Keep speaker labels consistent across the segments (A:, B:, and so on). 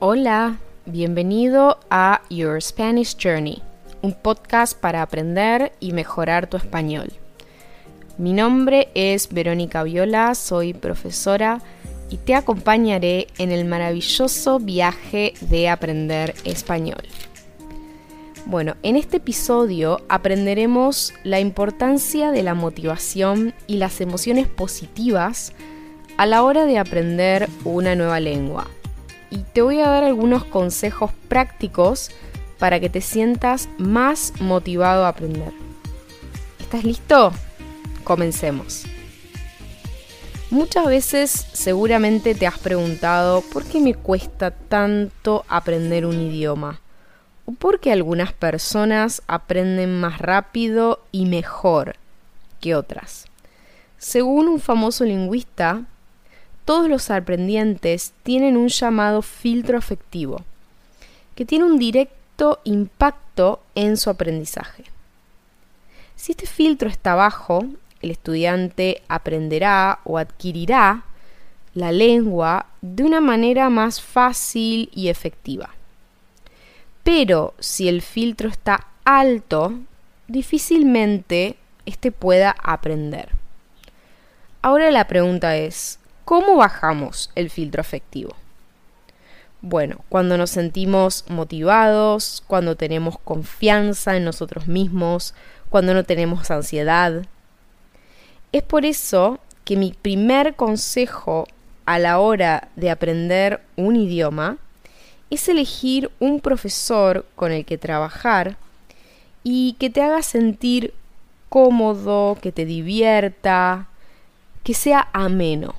A: Hola, bienvenido a Your Spanish Journey, un podcast para aprender y mejorar tu español. Mi nombre es Verónica Viola, soy profesora y te acompañaré en el maravilloso viaje de aprender español. Bueno, en este episodio aprenderemos la importancia de la motivación y las emociones positivas a la hora de aprender una nueva lengua. Y te voy a dar algunos consejos prácticos para que te sientas más motivado a aprender. ¿Estás listo? Comencemos. Muchas veces seguramente te has preguntado ¿por qué me cuesta tanto aprender un idioma? ¿O por qué algunas personas aprenden más rápido y mejor que otras? Según un famoso lingüista, todos los aprendientes tienen un llamado filtro afectivo, que tiene un directo impacto en su aprendizaje. Si este filtro está bajo, el estudiante aprenderá o adquirirá la lengua de una manera más fácil y efectiva. Pero si el filtro está alto, difícilmente éste pueda aprender. Ahora la pregunta es, ¿cómo bajamos el filtro afectivo? Bueno, cuando nos sentimos motivados, cuando tenemos confianza en nosotros mismos, cuando no tenemos ansiedad. Es por eso que mi primer consejo a la hora de aprender un idioma es elegir un profesor con el que trabajar y que te haga sentir cómodo, que te divierta, que sea ameno.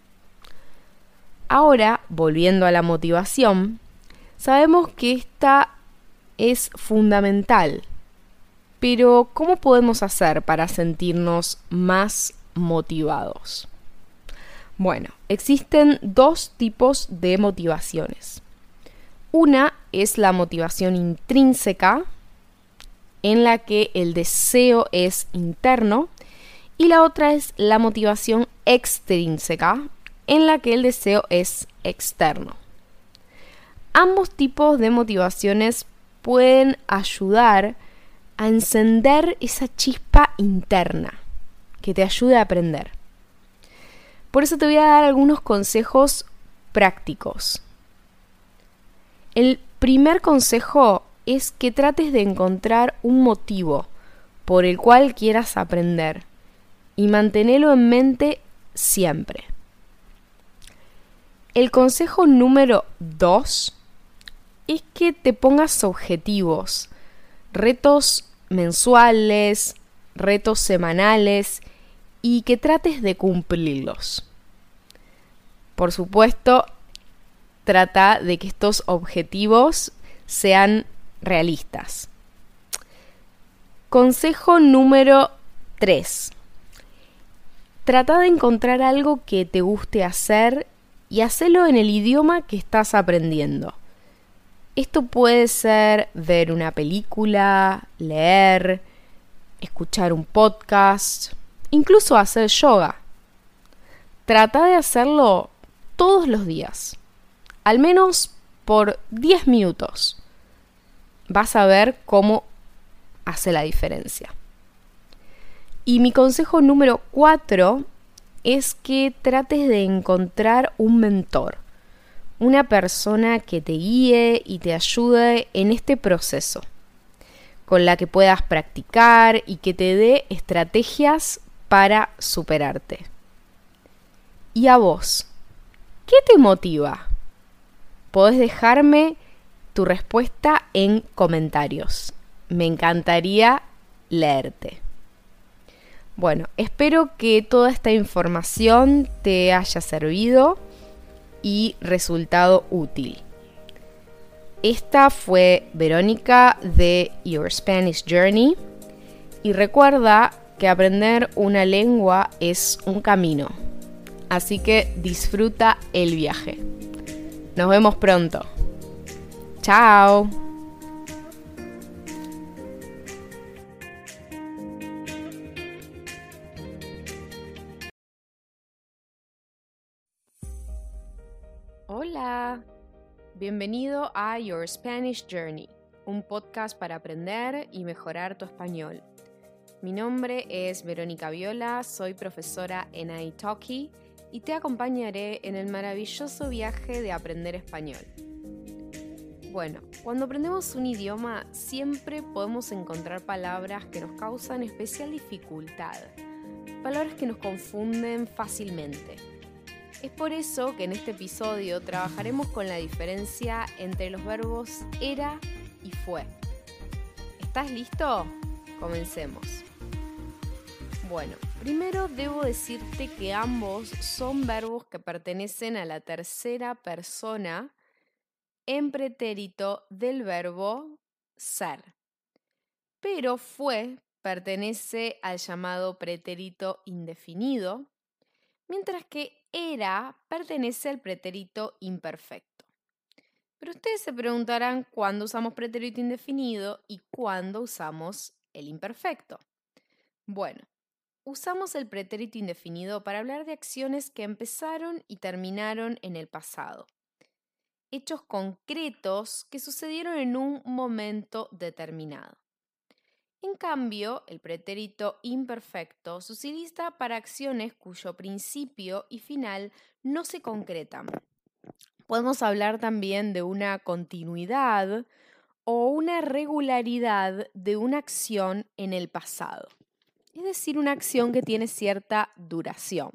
A: Ahora, volviendo a la motivación, sabemos que esta es fundamental, pero ¿cómo podemos hacer para sentirnos más motivados? Bueno, existen dos tipos de motivaciones. Una es la motivación intrínseca, en la que el deseo es interno, y la otra es la motivación extrínseca, en la que el deseo es externo. Ambos tipos de motivaciones pueden ayudar a encender esa chispa interna que te ayude a aprender. Por eso te voy a dar algunos consejos prácticos. El primer consejo es que trates de encontrar un motivo por el cual quieras aprender y mantenerlo en mente siempre. El consejo número 2 es que te pongas objetivos, retos mensuales, retos semanales y que trates de cumplirlos. Por supuesto, trata de que estos objetivos sean realistas. Consejo número 3. Trata de encontrar algo que te guste hacer y hacelo en el idioma que estás aprendiendo. Esto puede ser ver una película, leer, escuchar un podcast, incluso hacer yoga. Trata de hacerlo todos los días, al menos por 10 minutos. Vas a ver cómo hace la diferencia. Y mi consejo número 4 es que trates de encontrar un mentor, una persona que te guíe y te ayude en este proceso, con la que puedas practicar y que te dé estrategias para superarte. ¿Y a vos? ¿Qué te motiva? Podés dejarme tu respuesta en comentarios. Me encantaría leerte. Bueno, espero que toda esta información te haya servido y resultado útil. Esta fue Verónica de Your Spanish Journey y recuerda que aprender una lengua es un camino, así que disfruta el viaje. Nos vemos pronto. ¡Chao! Hola, Bienvenido a Your Spanish Journey, un podcast para aprender y mejorar tu español. Mi nombre es Verónica Viola, soy profesora en italki y te acompañaré en el maravilloso viaje de aprender español. Bueno, cuando aprendemos un idioma siempre podemos encontrar palabras que nos causan especial dificultad, palabras que nos confunden fácilmente. Es por eso que en este episodio trabajaremos con la diferencia entre los verbos era y fue. ¿Estás listo? Comencemos. Bueno, primero debo decirte que ambos son verbos que pertenecen a la tercera persona en pretérito del verbo ser. Pero fue pertenece al llamado pretérito indefinido, mientras que era pertenece al pretérito imperfecto. Pero ustedes se preguntarán cuándo usamos pretérito indefinido y cuándo usamos el imperfecto. Bueno, usamos el pretérito indefinido para hablar de acciones que empezaron y terminaron en el pasado. Hechos concretos que sucedieron en un momento determinado. En cambio, el pretérito imperfecto se utiliza para acciones cuyo principio y final no se concretan. Podemos hablar también de una continuidad o una regularidad de una acción en el pasado, es decir, una acción que tiene cierta duración.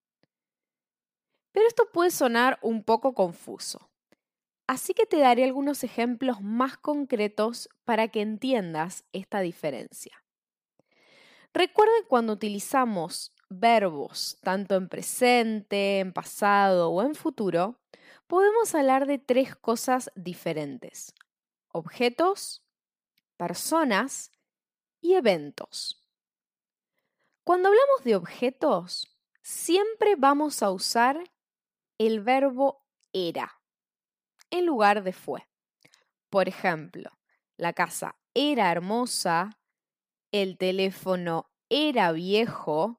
A: Pero esto puede sonar un poco confuso. Así que te daré algunos ejemplos más concretos para que entiendas esta diferencia. Recuerda que cuando utilizamos verbos tanto en presente, en pasado o en futuro, podemos hablar de tres cosas diferentes: objetos, personas y eventos. Cuando hablamos de objetos, siempre vamos a usar el verbo era en lugar de fue. Por ejemplo, la casa era hermosa, el teléfono era viejo,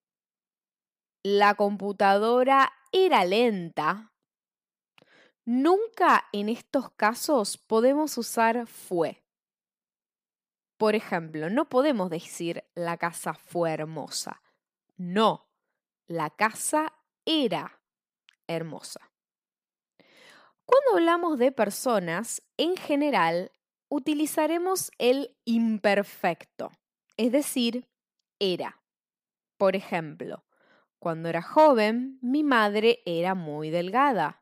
A: la computadora era lenta. Nunca en estos casos podemos usar fue. Por ejemplo, no podemos decir la casa fue hermosa. No, la casa era hermosa. Cuando hablamos de personas, en general, utilizaremos el imperfecto, es decir, era. Por ejemplo, cuando era joven, mi madre era muy delgada.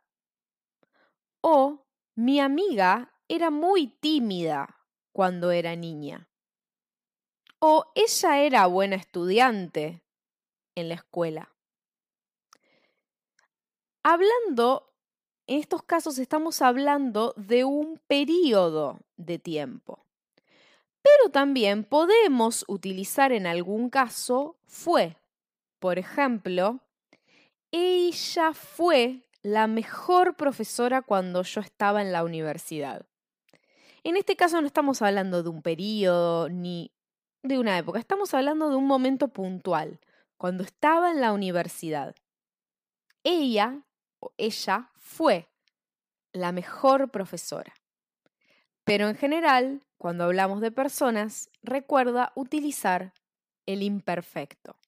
A: O mi amiga era muy tímida cuando era niña. O ella era buena estudiante en la escuela. En estos casos estamos hablando de un periodo de tiempo. Pero también podemos utilizar en algún caso fue. Por ejemplo, ella fue la mejor profesora cuando yo estaba en la universidad. En este caso no estamos hablando de un periodo ni de una época, estamos hablando de un momento puntual, cuando estaba en la universidad. Ella fue la mejor profesora. Pero en general, cuando hablamos de personas, recuerda utilizar el imperfecto.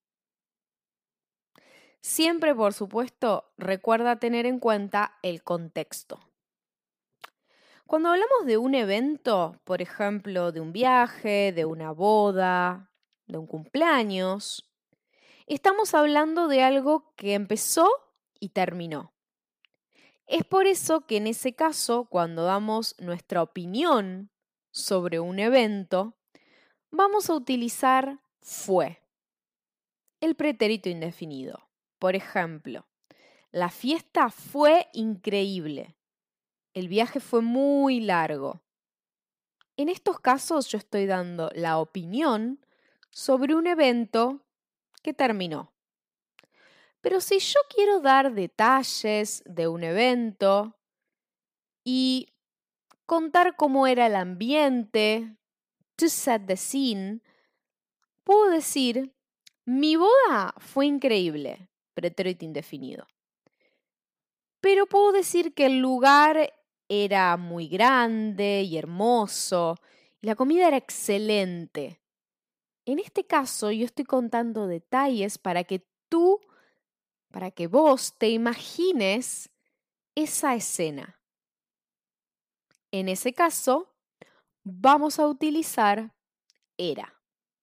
A: Siempre, por supuesto, recuerda tener en cuenta el contexto. Cuando hablamos de un evento, por ejemplo, de un viaje, de una boda, de un cumpleaños, estamos hablando de algo que empezó y terminó. Es por eso que en ese caso, cuando damos nuestra opinión sobre un evento, vamos a utilizar fue, el pretérito indefinido. Por ejemplo, la fiesta fue increíble. El viaje fue muy largo. En estos casos yo estoy dando la opinión sobre un evento que terminó. Pero si yo quiero dar detalles de un evento y contar cómo era el ambiente, to set the scene, puedo decir, mi boda fue increíble, pretérito indefinido. Pero puedo decir que el lugar era muy grande y hermoso y la comida era excelente. En este caso, yo estoy contando detalles para que vos te imagines esa escena. En ese caso, vamos a utilizar era.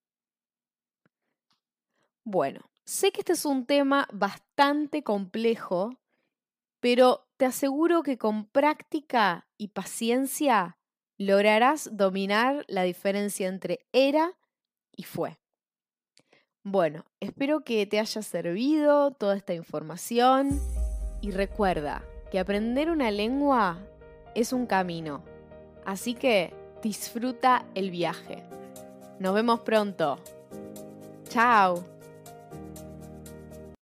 A: Bueno, sé que este es un tema bastante complejo, pero te aseguro que con práctica y paciencia lograrás dominar la diferencia entre era y fue. Bueno, espero que te haya servido toda esta información y recuerda que aprender una lengua es un camino, así que disfruta el viaje. Nos vemos pronto. Chao.